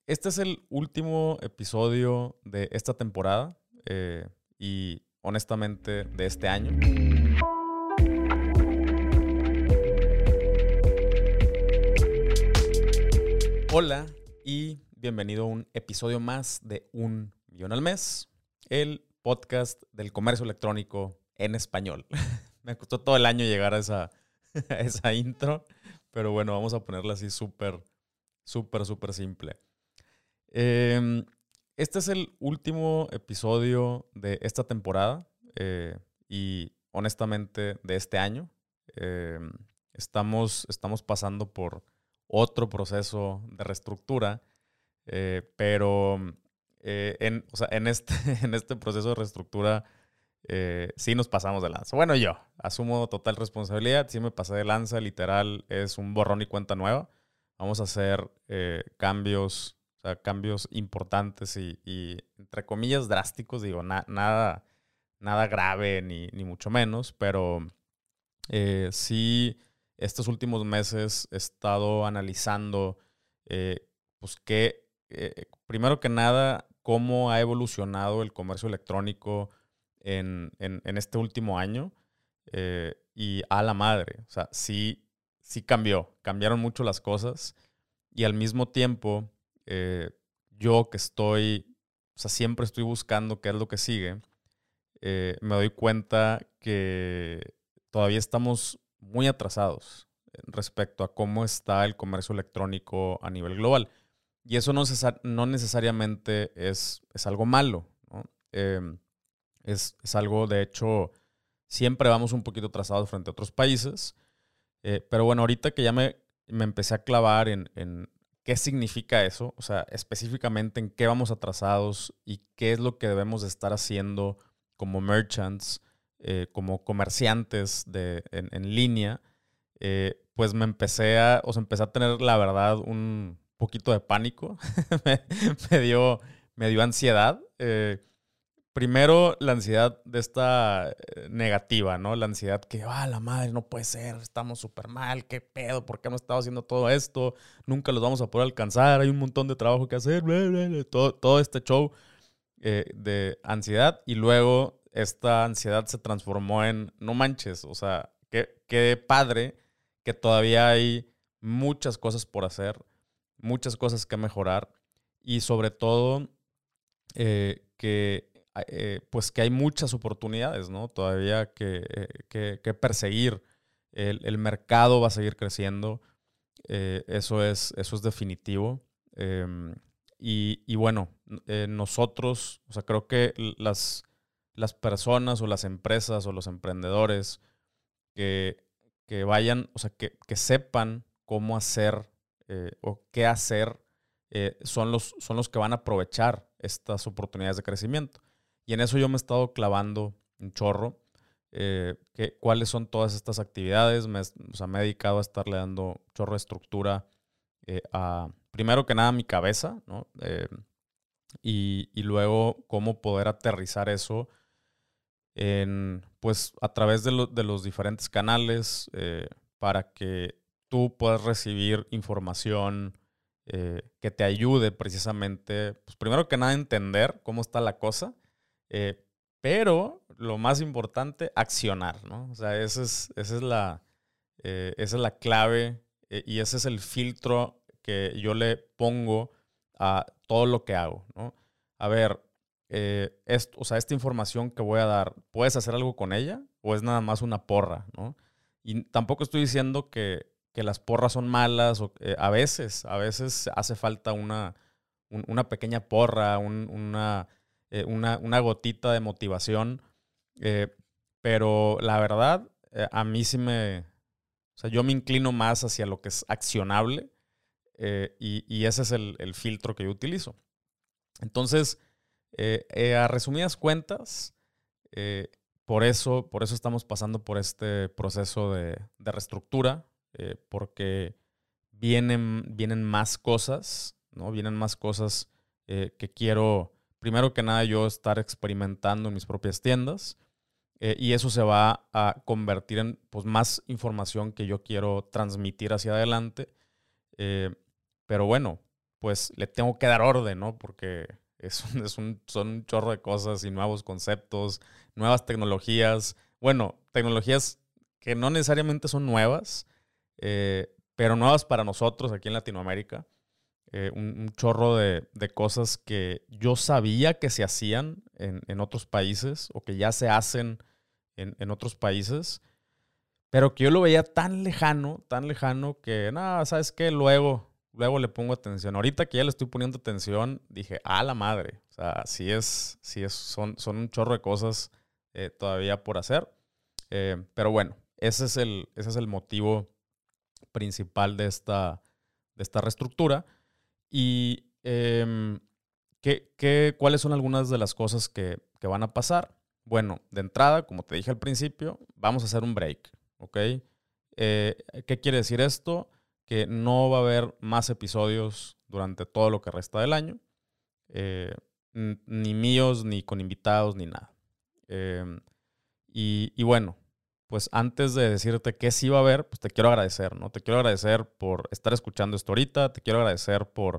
Este es el último episodio de esta temporada y honestamente de este año. Hola y bienvenido a un episodio más de Un Millón al Mes, el podcast del comercio electrónico en español. Me costó todo el año llegar a a esa intro, pero bueno, vamos a ponerla así súper simple. Eh, este es el último episodio de esta temporada y honestamente de este año. Eh, estamos pasando por otro proceso de reestructura, pero en en este proceso de reestructura sí nos pasamos de lanza. Bueno, yo asumo total responsabilidad, sí me pasé de lanza, literal, es un borrón y cuenta nueva. Vamos a hacer cambios, o sea, cambios importantes y, entre comillas, drásticos. Digo, nada grave ni mucho menos, pero sí, estos últimos meses he estado analizando, pues, primero que nada, cómo ha evolucionado el comercio electrónico en este último año y a la madre. O sea, sí cambiaron mucho las cosas y al mismo tiempo eh, yo que o sea, siempre estoy buscando qué es lo que sigue, me doy cuenta que todavía estamos muy atrasados respecto a cómo está el comercio electrónico a nivel global. Y eso no necesariamente es algo malo, ¿no? Es algo, de hecho, siempre vamos un poquito atrasados frente a otros países. Pero bueno, ahorita que me empecé a clavar en qué significa eso, o sea, específicamente en qué vamos atrasados y qué es lo que debemos de estar haciendo como merchants, como comerciantes en línea, pues empecé a tener, la verdad, un poquito de pánico. me, me dio ansiedad. Primero, la ansiedad de esta negativa, ¿no? La ansiedad que, la madre, no puede ser, estamos súper mal, qué pedo, ¿por qué hemos estado haciendo todo esto? Nunca los vamos a poder alcanzar, hay un montón de trabajo que hacer, bla, bla, bla, todo este show de ansiedad. Y luego esta ansiedad se transformó en, no manches, o sea, qué padre que todavía hay muchas cosas por hacer, muchas cosas que mejorar y sobre todo pues que hay muchas oportunidades, ¿no? Todavía que perseguir. El mercado va a seguir creciendo. Eso es definitivo. Em, y bueno, nosotros, o sea, creo que las personas o las empresas o los emprendedores que, que vayan, o sea, que sepan cómo hacer o qué hacer, son los que van a aprovechar estas oportunidades de crecimiento. Y en eso yo me he estado clavando un chorro. Cuáles son todas estas actividades. O sea, me he dedicado a estarle dando chorro de estructura primero que nada, a mi cabeza, ¿no? Y luego cómo poder aterrizar eso pues, a través de los diferentes canales para que tú puedas recibir información que te ayude precisamente, pues primero que nada, a entender cómo está la cosa, eh, pero lo más importante, accionar, ¿no? O sea, esa es la clave y ese es el filtro que yo le pongo a todo lo que hago, ¿no? A ver, o sea, esta información que voy a dar, ¿puedes hacer algo con ella? ¿O es nada más una porra, ¿no? Y tampoco estoy diciendo que las porras son malas. A veces hace falta una pequeña porra, una gotita de motivación. eh, pero la verdad, a mí o sea, yo me inclino más hacia lo que es accionable y ese es el filtro que yo utilizo. Entonces, a resumidas cuentas, eh, por eso estamos pasando por este proceso de reestructura, porque vienen más cosas, ¿no? Vienen más cosas que quiero, primero que nada, yo estar experimentando en mis propias tiendas. Y eso se va a convertir en, pues, más información que yo quiero transmitir hacia adelante. Eh, pero bueno, pues le tengo que dar orden, ¿no? Porque son un chorro de cosas y nuevos conceptos, nuevas tecnologías. Bueno, tecnologías que no necesariamente son nuevas, pero nuevas para nosotros aquí en Latinoamérica. Un chorro de cosas que yo sabía que se hacían en otros países o que ya se hacen en otros países, pero que yo lo veía tan lejano que, nada, ¿sabes qué? Luego le pongo atención. Ahorita que ya le estoy poniendo atención, dije, la madre. O sea, son un chorro de cosas todavía por hacer. Pero bueno, ese es el motivo principal de esta reestructura. Y ¿cuáles son algunas de las cosas que van a pasar? Bueno, de entrada, como te dije al principio, vamos a hacer un break, ¿ok? ¿Qué quiere decir esto? Que no va a haber más episodios durante todo lo que resta del año, ni míos, ni con invitados, ni nada. Y bueno, pues antes de decirte qué sí va a haber, pues te quiero agradecer, ¿no? Te quiero agradecer por estar escuchando esto ahorita, te quiero agradecer por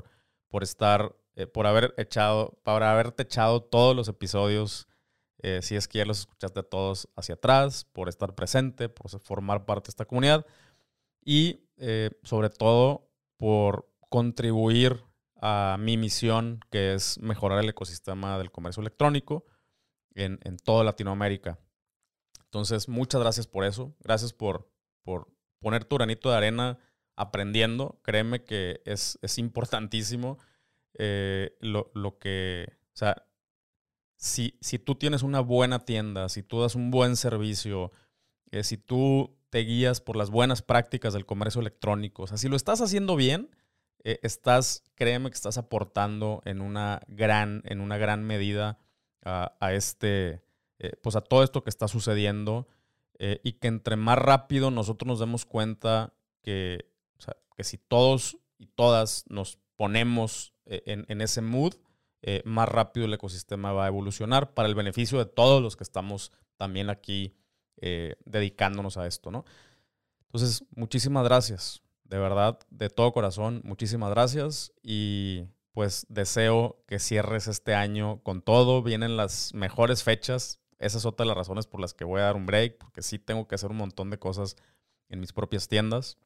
haberte echado todos los episodios, si es que ya los escuchaste todos hacia atrás, por estar presente, por formar parte de esta comunidad y sobre todo por contribuir a mi misión, que es mejorar el ecosistema del comercio electrónico en toda Latinoamérica. Entonces, muchas gracias por eso. Gracias por poner tu granito de arena aprendiendo. Créeme que es importantísimo lo que... O sea, si tú tienes una buena tienda, si tú das un buen servicio, si tú te guías por las buenas prácticas del comercio electrónico, o sea, si lo estás haciendo bien, créeme que estás aportando en una gran medida a pues a todo esto que está sucediendo, y que entre más rápido nosotros nos demos cuenta que si todos y todas nos ponemos en ese mood, más rápido el ecosistema va a evolucionar para el beneficio de todos los que estamos también aquí dedicándonos a esto, ¿no? Entonces, muchísimas gracias. De verdad, de todo corazón, muchísimas gracias. Y pues deseo que cierres este año con todo. Vienen las mejores fechas. Esa es otra de las razones por las que voy a dar un break, porque sí tengo que hacer un montón de cosas en mis propias tiendas.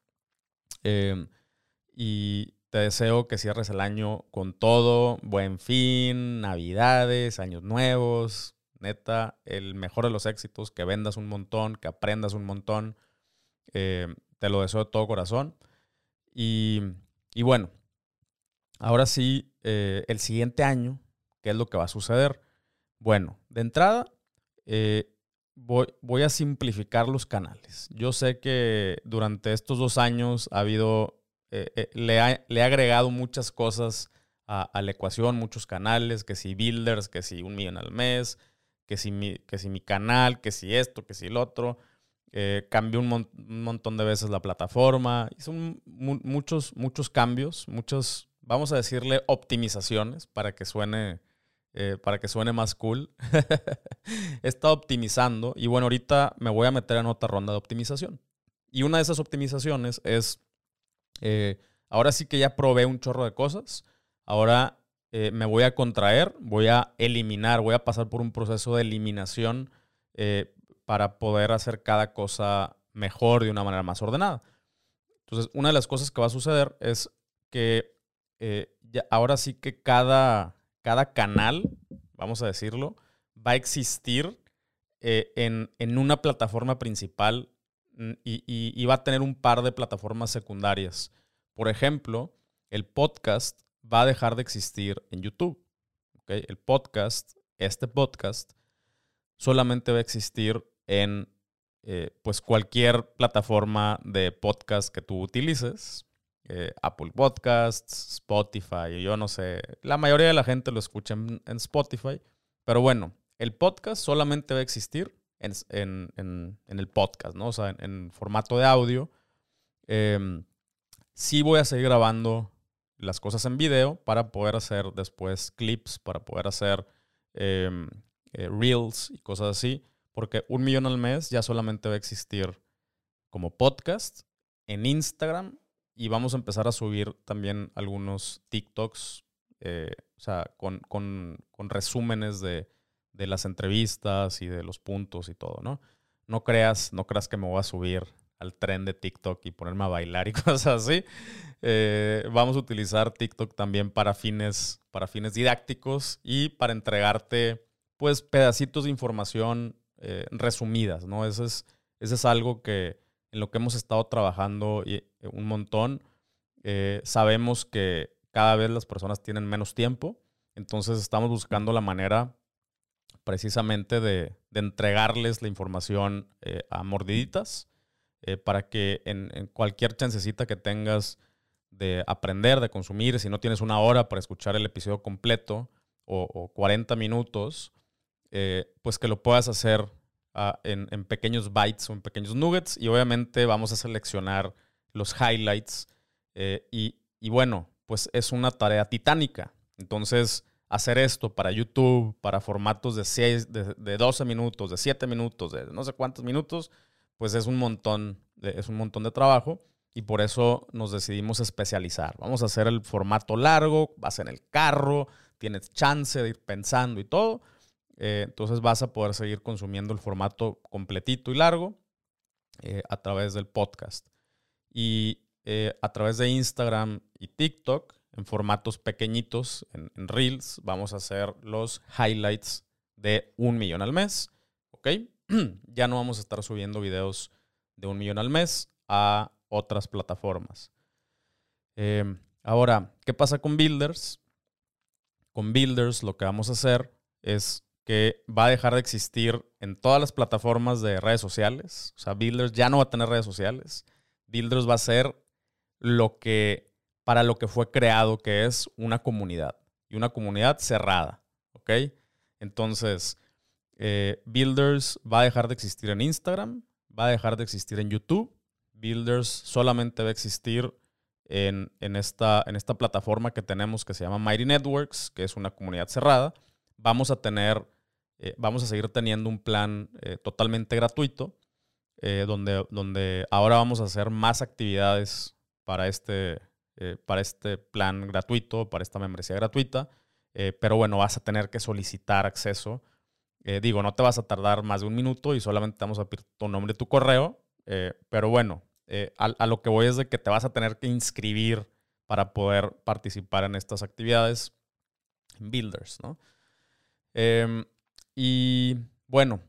Y te deseo que cierres el año con todo. Buen fin, Navidades, Años Nuevos. Neta, el mejor de los éxitos, que vendas un montón, que aprendas un montón. Te lo deseo de todo corazón. Y bueno, ahora sí, el siguiente año, ¿qué es lo que va a suceder? Bueno, de entrada, voy a simplificar los canales. Yo sé que durante estos 2 años ha habido, le he agregado muchas cosas a la ecuación, muchos canales, que si builders, que si 1 millón al mes, que si mi canal, que si esto, que si el otro. Cambié un montón de veces la plataforma. Son muchos cambios, vamos a decirle optimizaciones para que suene más cool. He estado optimizando y bueno, ahorita me voy a meter en otra ronda de optimización. Y una de esas optimizaciones es, ahora sí que ya probé un chorro de cosas. Ahora me voy a contraer, voy a eliminar, voy a pasar por un proceso de eliminación para poder hacer cada cosa mejor de una manera más ordenada. Entonces, una de las cosas que va a suceder es que ahora sí que cada canal, vamos a decirlo, va a existir en una plataforma principal y va a tener un par de plataformas secundarias. Por ejemplo, el podcast va a dejar de existir en YouTube. ¿Okay? Este podcast, solamente va a existir en pues cualquier plataforma de podcast que tú utilices. Apple Podcasts, Spotify, yo no sé. La mayoría de la gente lo escucha en Spotify. Pero bueno, el podcast solamente va a existir en el podcast, ¿no? O sea, en formato de audio. Sí voy a seguir grabando las cosas en video para poder hacer después clips, para poder hacer reels y cosas así. Porque 1 millón al mes ya solamente va a existir como podcast en Instagram y vamos a empezar a subir también algunos TikToks, o sea, con resúmenes de las entrevistas y de los puntos y todo, ¿no? No creas que me voy a subir al tren de TikTok y ponerme a bailar y cosas así. Vamos a utilizar TikTok también para fines didácticos y para entregarte, pues, pedacitos de información resumidas, ¿no? Ese es algo en lo que hemos estado trabajando un montón. Sabemos que cada vez las personas tienen menos tiempo, entonces estamos buscando la manera precisamente de entregarles la información a mordiditas para que en cualquier chancecita que tengas de aprender, de consumir, si no tienes una hora para escuchar el episodio completo o 40 minutos, pues que lo puedas hacer en pequeños bytes o en pequeños nuggets, y obviamente vamos a seleccionar los highlights y bueno, pues es una tarea titánica. Entonces, hacer esto para YouTube, para formatos de 12 minutos, de 7 minutos, de no sé cuántos minutos, pues es un montón de trabajo, y por eso nos decidimos especializar. Vamos a hacer el formato largo, vas en el carro, tienes chance de ir pensando y todo. Entonces vas a poder seguir consumiendo el formato completito y largo a través del podcast. Y a través de Instagram y TikTok, en formatos pequeñitos, en Reels, vamos a hacer los highlights de 1 millón al mes. ¿Ok? Ya no vamos a estar subiendo videos de 1 millón al mes a otras plataformas. Ahora, ¿qué pasa con Builders? Con Builders lo que vamos a hacer es que va a dejar de existir en todas las plataformas de redes sociales. O sea, Builders ya no va a tener redes sociales. Builders va a ser para lo que fue creado, que es una comunidad. Y una comunidad cerrada. ¿Ok? Entonces, Builders va a dejar de existir en Instagram, va a dejar de existir en YouTube. Builders solamente va a existir en esta plataforma que tenemos que se llama Mighty Networks, que es una comunidad cerrada. Vamos a seguir teniendo un plan totalmente gratuito, donde ahora vamos a hacer más actividades para este plan gratuito, para esta membresía gratuita. Pero bueno, vas a tener que solicitar acceso. No te vas a tardar más de 1 minuto y solamente te vamos a pedir tu nombre y tu correo. Pero bueno, a lo que voy es de que te vas a tener que inscribir para poder participar en estas actividades en Builders, ¿no? Y bueno,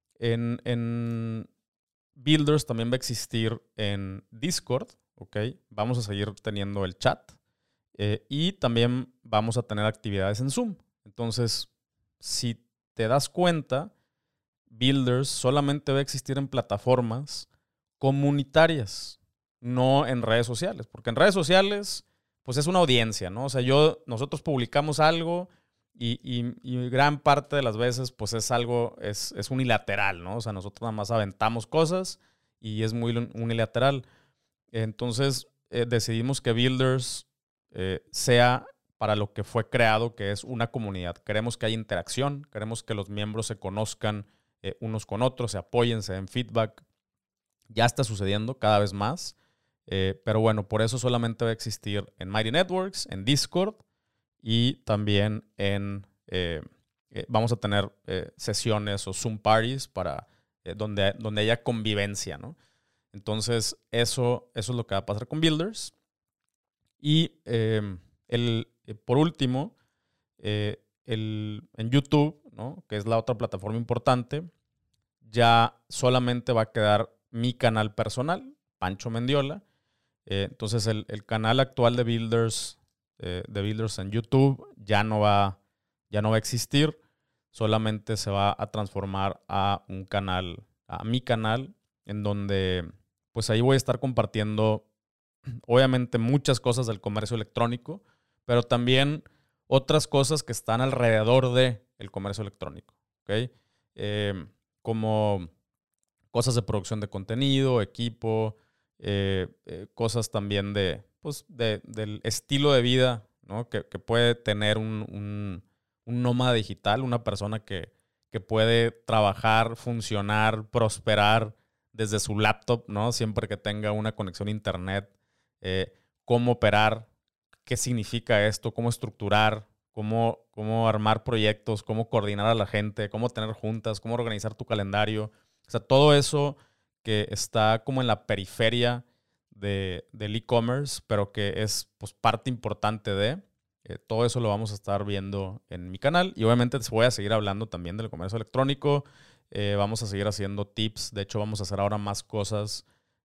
en Builders también va a existir en Discord, ¿ok? Vamos a seguir teniendo el chat y también vamos a tener actividades en Zoom. Entonces, si te das cuenta, Builders solamente va a existir en plataformas comunitarias, no en redes sociales, porque en redes sociales pues es una audiencia, ¿no? O sea, nosotros publicamos algo y gran parte de las veces pues es algo, es unilateral, ¿no? O sea, nosotros nada más aventamos cosas y es muy unilateral. Entonces decidimos que Builders sea para lo que fue creado, que es una comunidad. Queremos que haya interacción, queremos que los miembros se conozcan unos con otros, se apoyen, se den feedback. Ya está sucediendo cada vez más. Pero bueno, por eso solamente va a existir en Mighty Networks, en Discord y también vamos a tener sesiones o Zoom parties para donde haya convivencia, ¿no? Entonces, eso es lo que va a pasar con Builders. Y por último, en YouTube, ¿no? Que es la otra plataforma importante, ya solamente va a quedar mi canal personal, Pancho Mendiola. Entonces, el canal actual de Builders en YouTube ya no va a existir. Solamente se va a transformar a mi canal, en donde pues ahí voy a estar compartiendo obviamente muchas cosas del comercio electrónico, pero también otras cosas que están alrededor del comercio electrónico, ¿ok? Como cosas de producción de contenido, equipo, cosas también del estilo de vida, ¿no? Que puede tener un nómada digital, una persona que puede trabajar, funcionar, prosperar desde su laptop, ¿no? Siempre que tenga una conexión a internet. cómo operar, qué significa esto, cómo estructurar, cómo armar proyectos, cómo coordinar a la gente, cómo tener juntas, cómo organizar tu calendario. O sea, todo eso que está como en la periferia del e-commerce, pero que es pues, parte importante de... todo eso lo vamos a estar viendo en mi canal. Y obviamente voy a seguir hablando también del comercio electrónico. Vamos a seguir haciendo tips. De hecho, vamos a hacer ahora más cosas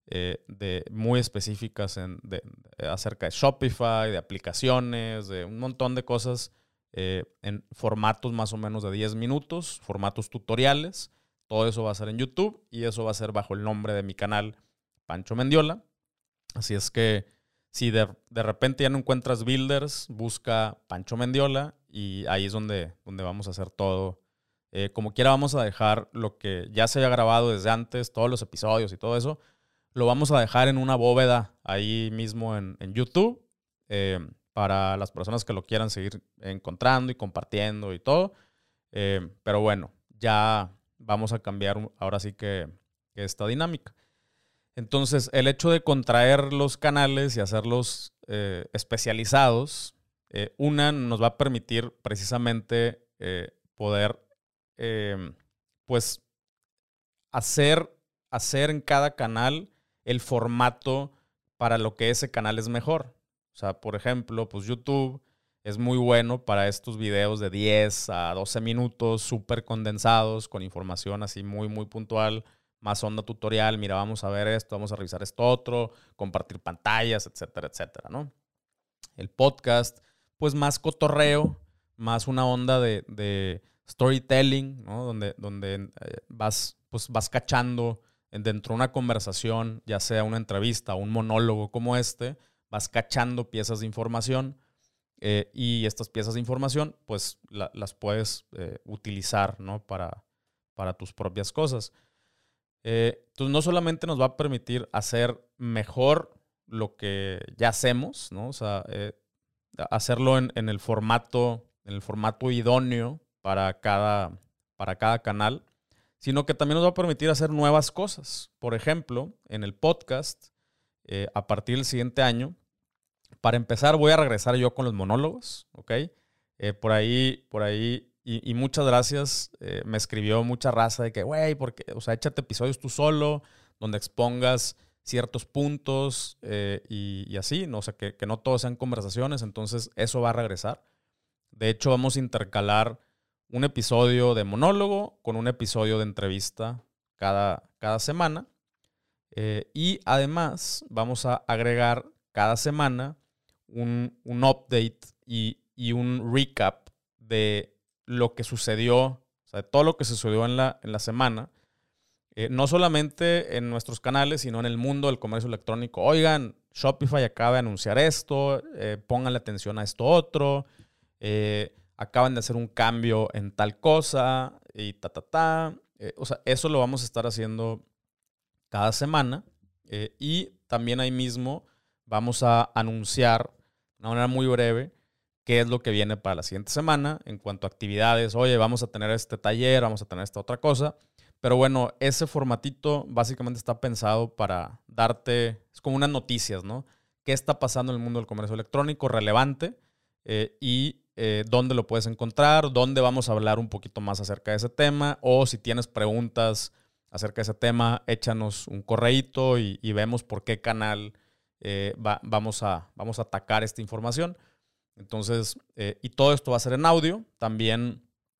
muy específicas acerca de Shopify, de aplicaciones, de un montón de cosas en formatos más o menos de 10 minutos, formatos tutoriales. Todo eso va a ser en YouTube y eso va a ser bajo el nombre de mi canal, Pancho Mendiola. Así es que si de repente ya no encuentras Builders, busca Pancho Mendiola y ahí es donde vamos a hacer todo. Como quiera vamos a dejar lo que ya se había grabado desde antes, todos los episodios y todo eso, lo vamos a dejar en una bóveda ahí mismo en YouTube para las personas que lo quieran seguir encontrando y compartiendo y todo. Pero bueno, ya vamos a cambiar ahora sí que esta dinámica. Entonces, el hecho de contraer los canales y hacerlos especializados, nos va a permitir precisamente poder pues hacer en cada canal el formato para lo que ese canal es mejor. O sea, por ejemplo, pues YouTube es muy bueno para estos videos de 10 a 12 minutos, súper condensados, con información así muy, muy puntual, más onda tutorial, mira, vamos a ver esto, vamos a revisar esto otro, compartir pantallas, etcétera, etcétera, ¿no? El podcast, pues más cotorreo, más una onda de storytelling, ¿no? Donde vas cachando dentro de una conversación, ya sea una entrevista o un monólogo como este, vas cachando piezas de información y estas piezas de información, pues las puedes utilizar, ¿no? para tus propias cosas. Entonces, no solamente nos va a permitir hacer mejor lo que ya hacemos, ¿no? O sea, hacerlo en el formato idóneo para cada canal, sino que también nos va a permitir hacer nuevas cosas. Por ejemplo, en el podcast, a partir del siguiente año, para empezar voy a regresar yo con los monólogos, ¿ok? Por ahí, y muchas gracias, me escribió mucha raza de que, güey, o sea, échate episodios tú solo, donde expongas ciertos puntos y así, ¿no? O sea, que no todos sean conversaciones, entonces eso va a regresar. De hecho, vamos a intercalar un episodio de monólogo con un episodio de entrevista cada semana. Y además vamos a agregar cada semana un update y un recap de lo que sucedió, o sea, de todo lo que sucedió en la semana. No solamente en nuestros canales, sino en el mundo del comercio electrónico. Oigan, Shopify acaba de anunciar esto, pónganle atención a esto otro, acaban de hacer un cambio en tal cosa y o sea, eso lo vamos a estar haciendo cada semana y también ahí mismo vamos a anunciar de una manera muy breve qué es lo que viene para la siguiente semana en cuanto a actividades. Oye, vamos a tener este taller, vamos a tener esta otra cosa. Pero bueno, ese formatito básicamente está pensado para darte, es como unas noticias, ¿no? ¿Qué está pasando en el mundo del comercio electrónico relevante y dónde lo puedes encontrar? ¿Dónde vamos a hablar un poquito más acerca de ese tema? O si tienes preguntas acerca de ese tema, échanos un correíto y vemos por qué canal vamos a atacar esta información. Entonces, y todo esto va a ser en audio, también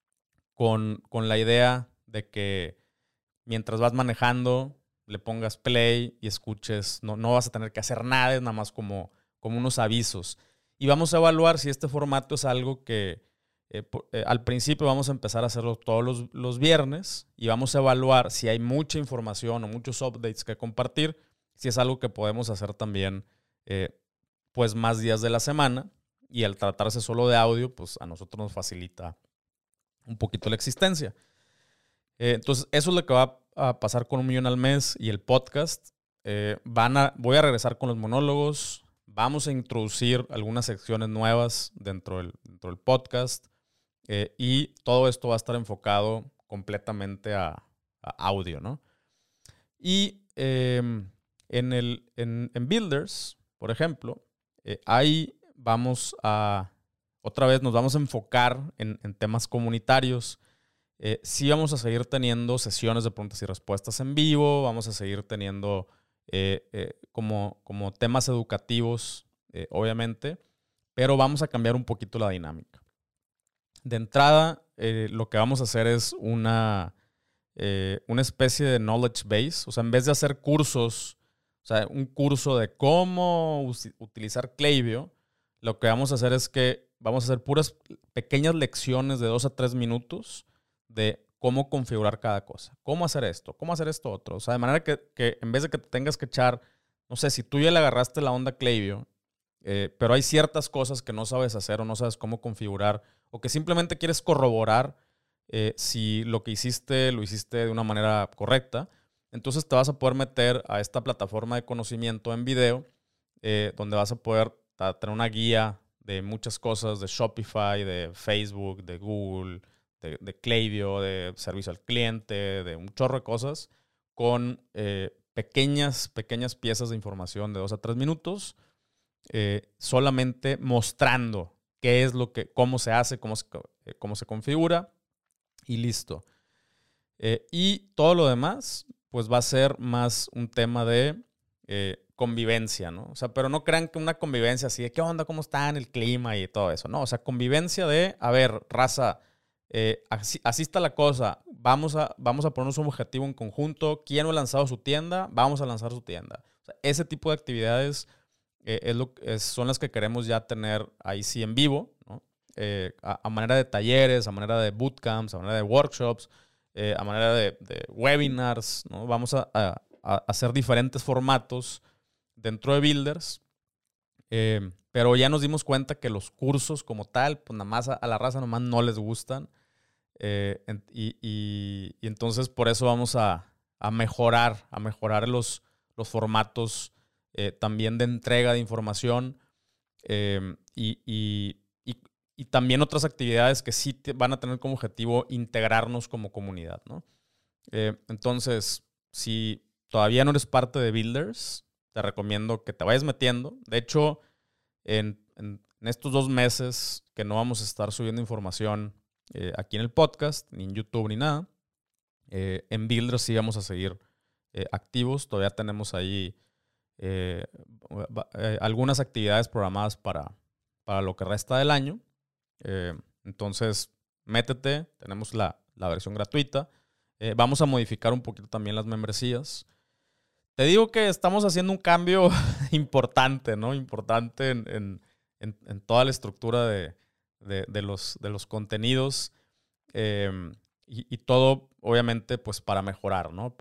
con la idea de que mientras vas manejando, le pongas play y escuches. No vas a tener que hacer nada, es nada más como unos avisos. Y vamos a evaluar si este formato es algo que al principio vamos a empezar a hacerlo todos los viernes y vamos a evaluar si hay mucha información o muchos updates que compartir, si es algo que podemos hacer también pues más días de la semana. Y al tratarse solo de audio, pues a nosotros nos facilita un poquito la existencia. Entonces, eso es lo que va a pasar con 1 Millón al Mes y el podcast. Voy a regresar con los monólogos. Vamos a introducir algunas secciones nuevas dentro del podcast. Y todo esto va a estar enfocado completamente a audio, ¿no? Y en Builders, por ejemplo, Ahí otra vez nos vamos a enfocar en temas comunitarios. Sí vamos a seguir teniendo sesiones de preguntas y respuestas en vivo, vamos a seguir teniendo como temas educativos, obviamente, pero vamos a cambiar un poquito la dinámica. De entrada, lo que vamos a hacer es una especie de knowledge base. O sea, en vez de hacer cursos, o sea, un curso de cómo utilizar Klaviyo, lo que vamos a hacer es que vamos a hacer puras pequeñas lecciones de 2 a 3 minutos de cómo configurar cada cosa. Cómo hacer esto otro. O sea, de manera que en vez de que te tengas que echar, no sé, si tú ya le agarraste la onda a Klaviyo, pero hay ciertas cosas que no sabes hacer o no sabes cómo configurar, o que simplemente quieres corroborar si lo que hiciste lo hiciste de una manera correcta, entonces te vas a poder meter a esta plataforma de conocimiento en video, donde vas a poder tener una guía de muchas cosas, de Shopify, de Facebook, de Google, de Klaviyo, de servicio al cliente, de un chorro de cosas, con pequeñas piezas de información de 2 a 3 minutos, solamente mostrando cómo se hace, cómo se configura y listo. Y todo lo demás, pues va a ser más un tema de convivencia, ¿no? O sea, pero no crean que una convivencia así de qué onda, cómo están, el clima y todo eso, ¿no? O sea, convivencia de, a ver, raza, así está la cosa, vamos a ponernos un objetivo en conjunto, ¿quién no ha lanzado su tienda? Vamos a lanzar su tienda. O sea, ese tipo de actividades son las que queremos ya tener ahí sí en vivo, ¿no? A manera de talleres, a manera de bootcamps, a manera de workshops, a manera de webinars, ¿no? Vamos a hacer diferentes formatos dentro de Builders, pero ya nos dimos cuenta que los cursos como tal, pues nada más a la raza nomás no les gustan, y entonces por eso vamos a mejorar los formatos también de entrega de información, y también otras actividades que sí van a tener como objetivo integrarnos como comunidad, ¿no? Entonces, si todavía no eres parte de Builders, te recomiendo que te vayas metiendo. De hecho, en estos 2 meses que no vamos a estar subiendo información aquí en el podcast, ni en YouTube, ni nada, en Builders sí vamos a seguir activos. Todavía tenemos ahí algunas actividades programadas para lo que resta del año. Entonces, métete, tenemos la versión gratuita. Vamos a modificar un poquito también las membresías. Te digo que estamos haciendo un cambio importante, ¿no? Importante en toda la estructura de los contenidos, y todo, obviamente, pues para mejorar, ¿no?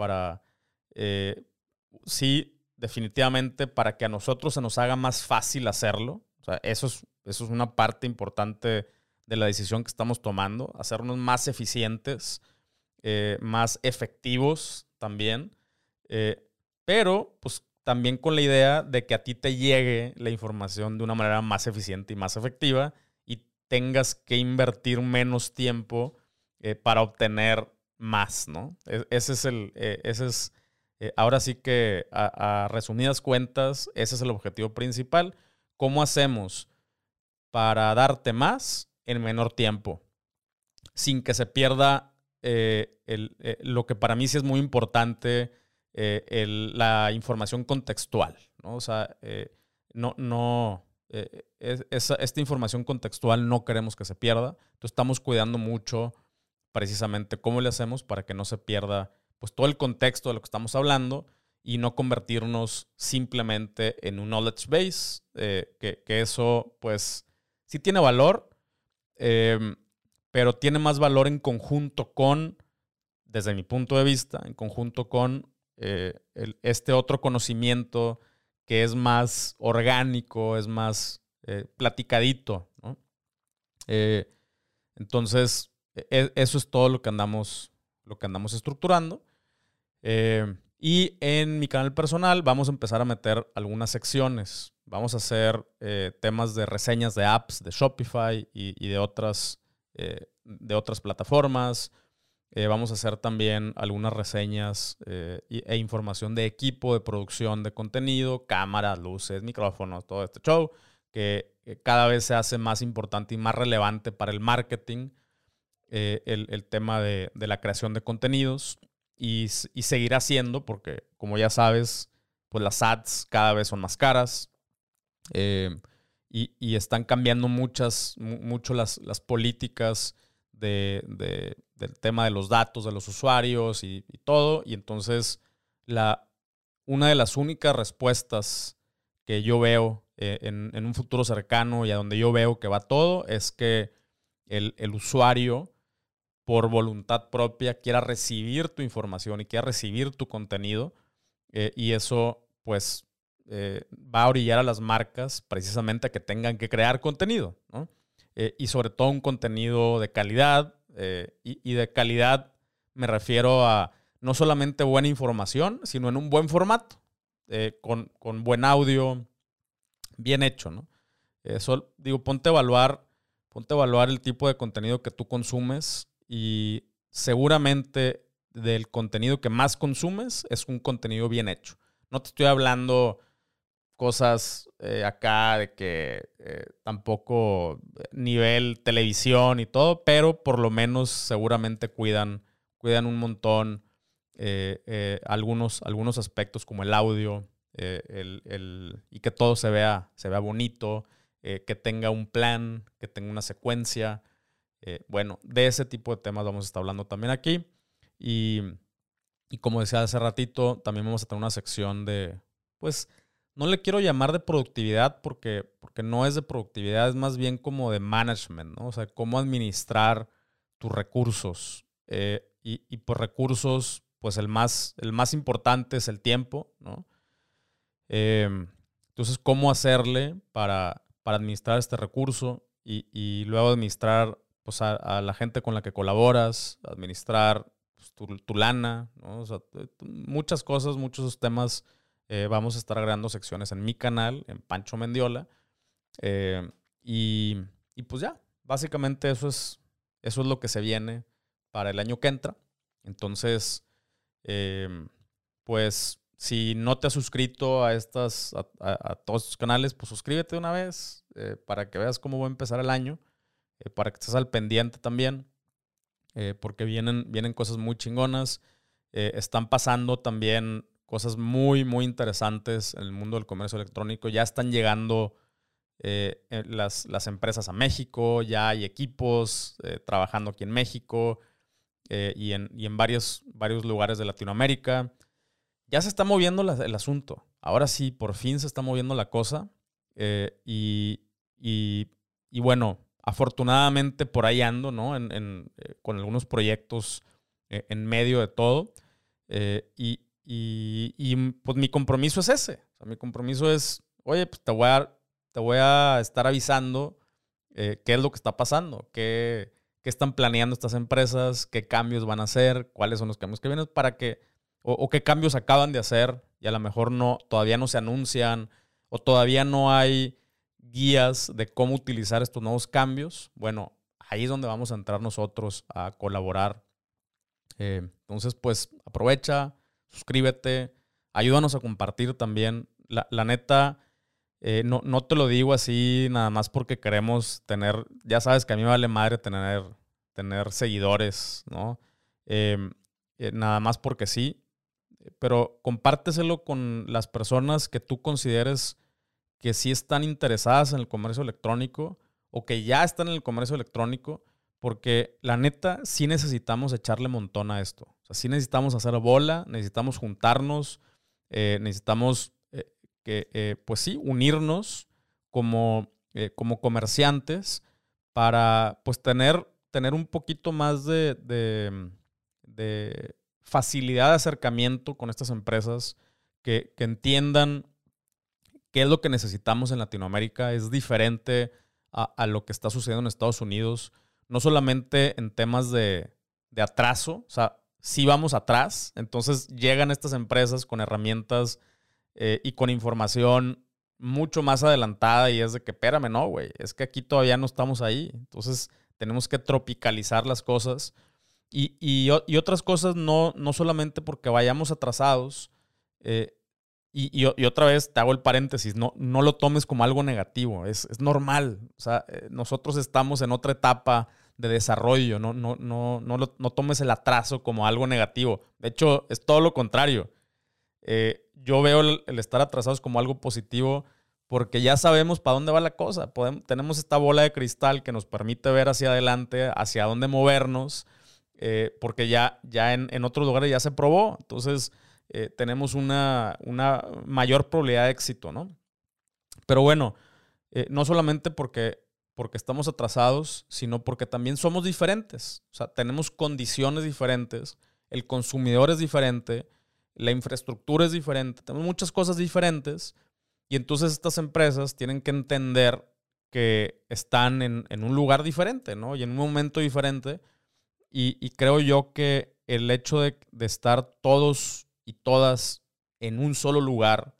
Sí, definitivamente para que a nosotros se nos haga más fácil hacerlo. O sea, eso es una parte importante de la decisión que estamos tomando, hacernos más eficientes, más efectivos también, pero pues también con la idea de que a ti te llegue la información de una manera más eficiente y más efectiva y tengas que invertir menos tiempo para obtener más, ¿no? Ahora sí que a resumidas cuentas, ese es el objetivo principal. ¿Cómo hacemos para darte más en menor tiempo sin que se pierda lo que para mí sí es muy importante, la información contextual, ¿no? O sea, esta información contextual no queremos que se pierda. Entonces estamos cuidando mucho precisamente cómo le hacemos para que no se pierda pues todo el contexto de lo que estamos hablando y no convertirnos simplemente en un knowledge base, que eso pues sí tiene valor, pero tiene más valor en conjunto con, desde mi punto de vista, en conjunto con este otro conocimiento que es más orgánico, es más platicadito, ¿no? Entonces, eso es todo lo que andamos estructurando. Y en mi canal personal vamos a empezar a meter algunas secciones. Vamos a hacer temas de reseñas de apps de Shopify y de otras plataformas. Vamos a hacer también algunas reseñas e información de equipo de producción de contenido, cámaras, luces, micrófonos, todo este show. que cada vez se hace más importante y más relevante para el marketing, el tema de la creación de contenidos y seguirá siendo porque, como ya sabes, pues las ads cada vez son más caras y están cambiando mucho las políticas del tema de los datos de los usuarios y todo. Y entonces una de las únicas respuestas que yo veo en un futuro cercano y a donde yo veo que va todo es que el usuario por voluntad propia quiera recibir tu información y quiera recibir tu contenido y eso pues va a orillar a las marcas precisamente a que tengan que crear contenido, ¿no? Y sobre todo un contenido de calidad y de calidad me refiero a no solamente buena información, sino en un buen formato, con buen audio, bien hecho, ¿no? Eso, digo, ponte a evaluar el tipo de contenido que tú consumes y seguramente del contenido que más consumes es un contenido bien hecho. No te estoy hablando cosas acá de que tampoco nivel televisión y todo, pero por lo menos seguramente cuidan un montón algunos aspectos como el audio y que todo se vea bonito, que tenga un plan, que tenga una secuencia. Bueno, de ese tipo de temas vamos a estar hablando también aquí. Y como decía hace ratito, también vamos a tener una sección de, pues, no le quiero llamar de productividad porque no es de productividad, es más bien como de management, ¿no? O sea, cómo administrar tus recursos. Y por recursos, pues el más importante es el tiempo, ¿no? Entonces, ¿cómo hacerle para administrar este recurso y luego administrar pues, a la gente con la que colaboras, administrar pues, tu lana, ¿no? O sea, muchas cosas, muchos temas. Vamos a estar agregando secciones en mi canal, en Pancho Mendiola. Y pues ya, básicamente eso es lo que se viene para el año que entra. Entonces, pues si no te has suscrito a todos estos canales, pues suscríbete de una vez para que veas cómo va a empezar el año, para que estés al pendiente también, porque vienen cosas muy chingonas. Están pasando también cosas muy, muy interesantes en el mundo del comercio electrónico. Ya están llegando las empresas a México, ya hay equipos trabajando aquí en México y en varios lugares de Latinoamérica. Ya se está moviendo el asunto. Ahora sí, por fin se está moviendo la cosa. Y bueno, afortunadamente por ahí ando, ¿no? Con algunos proyectos en medio de todo. Y pues mi compromiso es ese. O sea, mi compromiso es, oye, pues te voy a estar avisando qué es lo que está pasando, qué están planeando estas empresas, qué cambios van a hacer, cuáles son los cambios que vienen para que, o qué cambios acaban de hacer y a lo mejor todavía no se anuncian o todavía no hay guías de cómo utilizar estos nuevos cambios. Bueno, ahí es donde vamos a entrar nosotros a colaborar. Entonces, pues aprovecha, suscríbete, ayúdanos a compartir también. La neta, no te lo digo así nada más porque queremos tener, ya sabes que a mí me vale madre tener seguidores, ¿no? Nada más porque sí, pero compárteselo con las personas que tú consideres que sí están interesadas en el comercio electrónico o que ya están en el comercio electrónico, porque la neta sí necesitamos echarle montón a esto. O sea, sí necesitamos hacer bola, necesitamos juntarnos, necesitamos pues sí, unirnos como comerciantes para pues tener un poquito más de facilidad de acercamiento con estas empresas que entiendan qué es lo que necesitamos en Latinoamérica. Es diferente a lo que está sucediendo en Estados Unidos, no solamente en temas de atraso, o sea, sí vamos atrás, entonces llegan estas empresas con herramientas y con información mucho más adelantada y es de que, espérame, no, güey, es que aquí todavía no estamos ahí, entonces tenemos que tropicalizar las cosas y otras cosas no solamente porque vayamos atrasados, Y otra vez te hago el paréntesis, no lo tomes como algo negativo, es normal. O sea, nosotros estamos en otra etapa de desarrollo, no tomes el atraso como algo negativo. De hecho, es todo lo contrario. Yo veo el estar atrasados como algo positivo porque ya sabemos para dónde va la cosa. Tenemos esta bola de cristal que nos permite ver hacia adelante, hacia dónde movernos, porque ya en otros lugares ya se probó. Entonces, tenemos una mayor probabilidad de éxito, ¿no? Pero bueno, no solamente porque estamos atrasados, sino porque también somos diferentes. O sea, tenemos condiciones diferentes, el consumidor es diferente, la infraestructura es diferente, tenemos muchas cosas diferentes y entonces estas empresas tienen que entender que están en un lugar diferente, ¿no? Y en un momento diferente. Y creo yo que el hecho de estar todos y todas en un solo lugar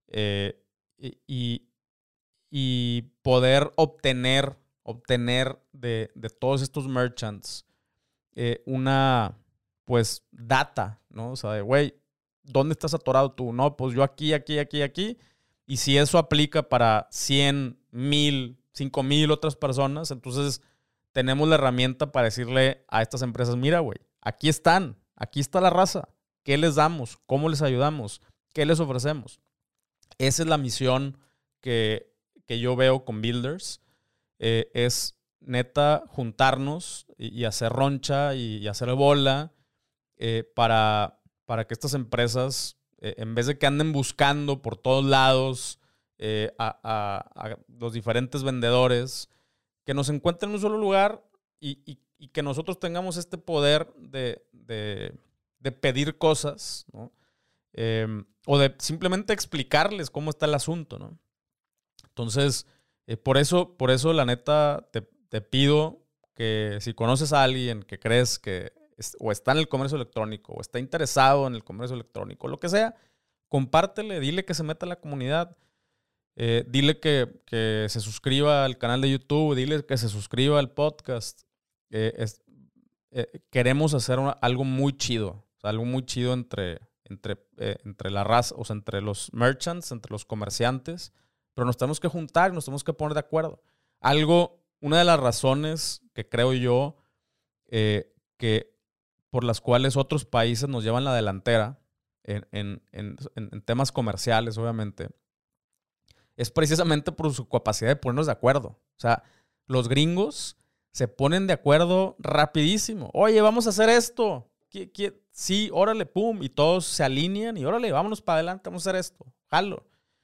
y, y poder obtener de todos estos merchants una, pues, data, ¿no? O sea, de, güey, ¿dónde estás atorado tú? No, pues yo aquí, aquí, aquí, aquí. Y si eso aplica para 100, 1000, 5000 otras personas, entonces tenemos la herramienta para decirle a estas empresas, mira, güey, aquí están, aquí está la raza. ¿Qué les damos? ¿Cómo les ayudamos? ¿Qué les ofrecemos? Esa es la misión que yo veo con Builders. Es neta juntarnos y hacer roncha y hacer bola para que estas empresas, en vez de que anden buscando por todos lados a los diferentes vendedores, que nos encuentren en un solo lugar y que nosotros tengamos este poder de pedir cosas, ¿no? O de simplemente explicarles cómo está el asunto, ¿no? Entonces, por eso, la neta, te pido que si conoces a alguien que crees que o está en el comercio electrónico o está interesado en el comercio electrónico, lo que sea, compártele, dile que se meta a la comunidad, dile que se suscriba al canal de YouTube, dile que se suscriba al podcast. Queremos hacer algo muy chido, o sea, algo muy chido entre la raza, o sea, entre los merchants, entre los comerciantes, pero nos tenemos que juntar y nos tenemos que poner de acuerdo. Una de las razones que creo yo que por las cuales otros países nos llevan la delantera en temas comerciales, obviamente, es precisamente por su capacidad de ponernos de acuerdo. O sea, los gringos se ponen de acuerdo rapidísimo. Oye, vamos a hacer esto. Sí, órale, pum. Y todos se alinean y órale, vámonos para adelante, vamos a hacer esto. Jalo.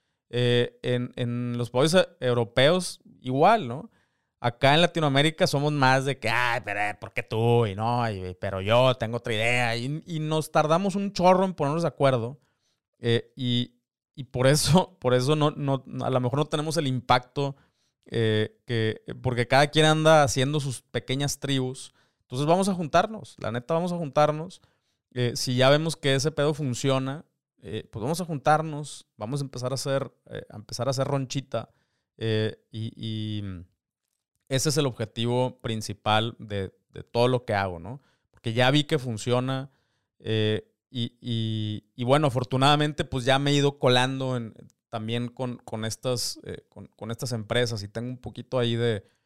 En los países europeos, igual, ¿no? Acá en Latinoamérica somos más de que, ay, pero ¿por qué tú? Y no, pero yo tengo otra idea. Y nos tardamos un chorro en ponernos de acuerdo. Y por eso a lo mejor no tenemos el impacto porque cada quien anda haciendo sus pequeñas tribus. Entonces vamos a juntarnos, la neta vamos a juntarnos. Si ya vemos que ese pedo funciona, pues vamos a juntarnos, vamos a empezar a hacer ronchita. Y ese es el objetivo principal de todo lo que hago, ¿no? Porque ya vi que funciona. Y bueno, afortunadamente, pues ya me he ido colando también con estas empresas y tengo un poquito ahí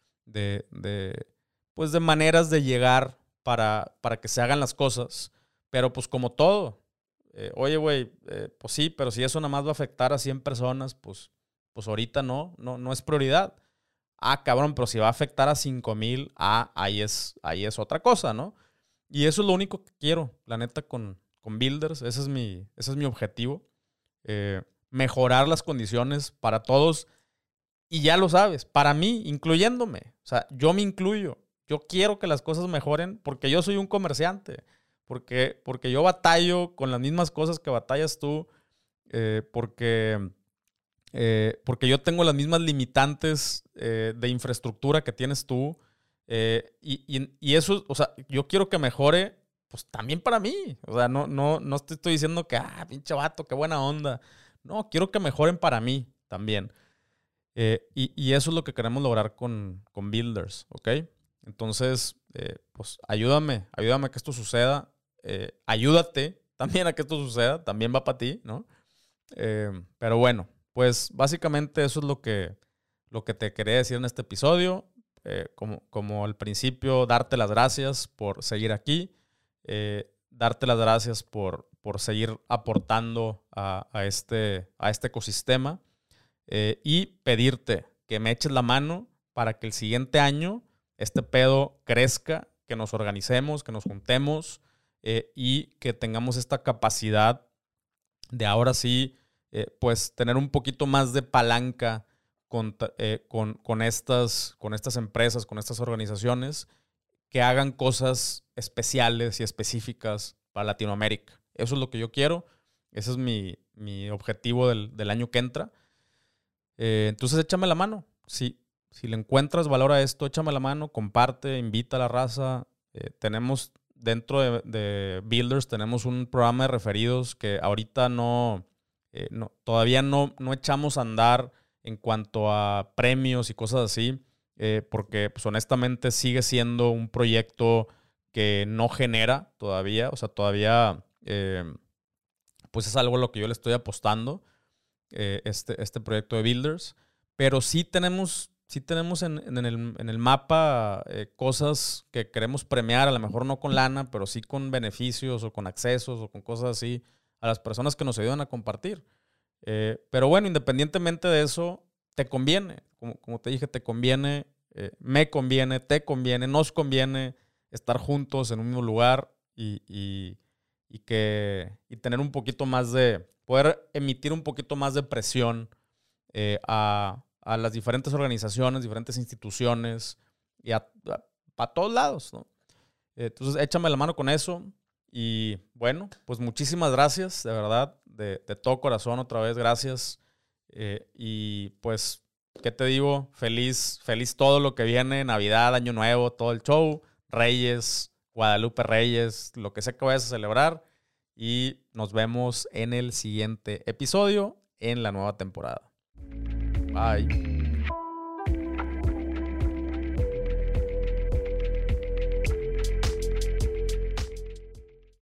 pues de maneras de llegar para que se hagan las cosas. Pero pues como todo, oye, güey, pues sí, pero si eso nada más va a afectar a 100 personas, pues ahorita no es prioridad. Ah, cabrón, pero si va a afectar a 5000, ahí es otra cosa, ¿no? Y eso es lo único que quiero, la neta, con Builders. Ese es mi objetivo. Mejorar las condiciones para todos. Y ya lo sabes, para mí, incluyéndome. O sea, yo me incluyo. Yo quiero que las cosas mejoren porque yo soy un comerciante. Porque yo batallo con las mismas cosas que batallas tú. Porque yo tengo las mismas limitantes de infraestructura que tienes tú. Y eso, o sea, yo quiero que mejore, pues también para mí. O sea, no te estoy diciendo que, pinche vato, qué buena onda. No, quiero que mejoren para mí también. Y eso es lo que queremos lograr con Builders, ¿ok? Entonces, pues ayúdame a que esto suceda. Ayúdate también a que esto suceda. También va para ti, ¿no? Pero bueno, pues básicamente eso es lo que te quería decir en este episodio. Como al principio, darte las gracias por seguir aquí, darte las gracias por seguir aportando a este ecosistema, y pedirte que me eches la mano para que el siguiente año este pedo crezca, que nos organicemos, que nos juntemos, y que tengamos esta capacidad de ahora sí, pues tener un poquito más de palanca con estas empresas, con estas organizaciones que hagan cosas especiales y específicas para Latinoamérica. Eso es lo que yo quiero. Ese es mi objetivo del año que entra. Entonces échame la mano. Si le encuentras valor a esto, échame la mano, comparte, invita a la raza. Tenemos dentro de Builders, tenemos un programa de referidos que ahorita todavía no echamos a andar en cuanto a premios y cosas así, porque pues, honestamente sigue siendo un proyecto que no genera todavía. O sea, todavía pues es algo a lo que yo le estoy apostando, este proyecto de Builders. Pero sí tenemos en el mapa cosas que queremos premiar, a lo mejor no con lana, pero sí con beneficios o con accesos o con cosas así a las personas que nos ayudan a compartir. Pero bueno, independientemente de eso, te conviene. Como te dije, te conviene, me conviene, te conviene, nos conviene estar juntos en un mismo lugar y tener un poquito más poder emitir un poquito más de presión a las diferentes organizaciones, diferentes instituciones y para todos lados, ¿no? Entonces, échame la mano con eso. Y bueno, pues muchísimas gracias, de verdad, de todo corazón otra vez, gracias. Y pues, ¿qué te digo? Feliz todo lo que viene, Navidad, Año Nuevo, todo el show, Reyes, Guadalupe Reyes, lo que sea que vayas a celebrar. Y nos vemos en el siguiente episodio en la nueva temporada. Bye.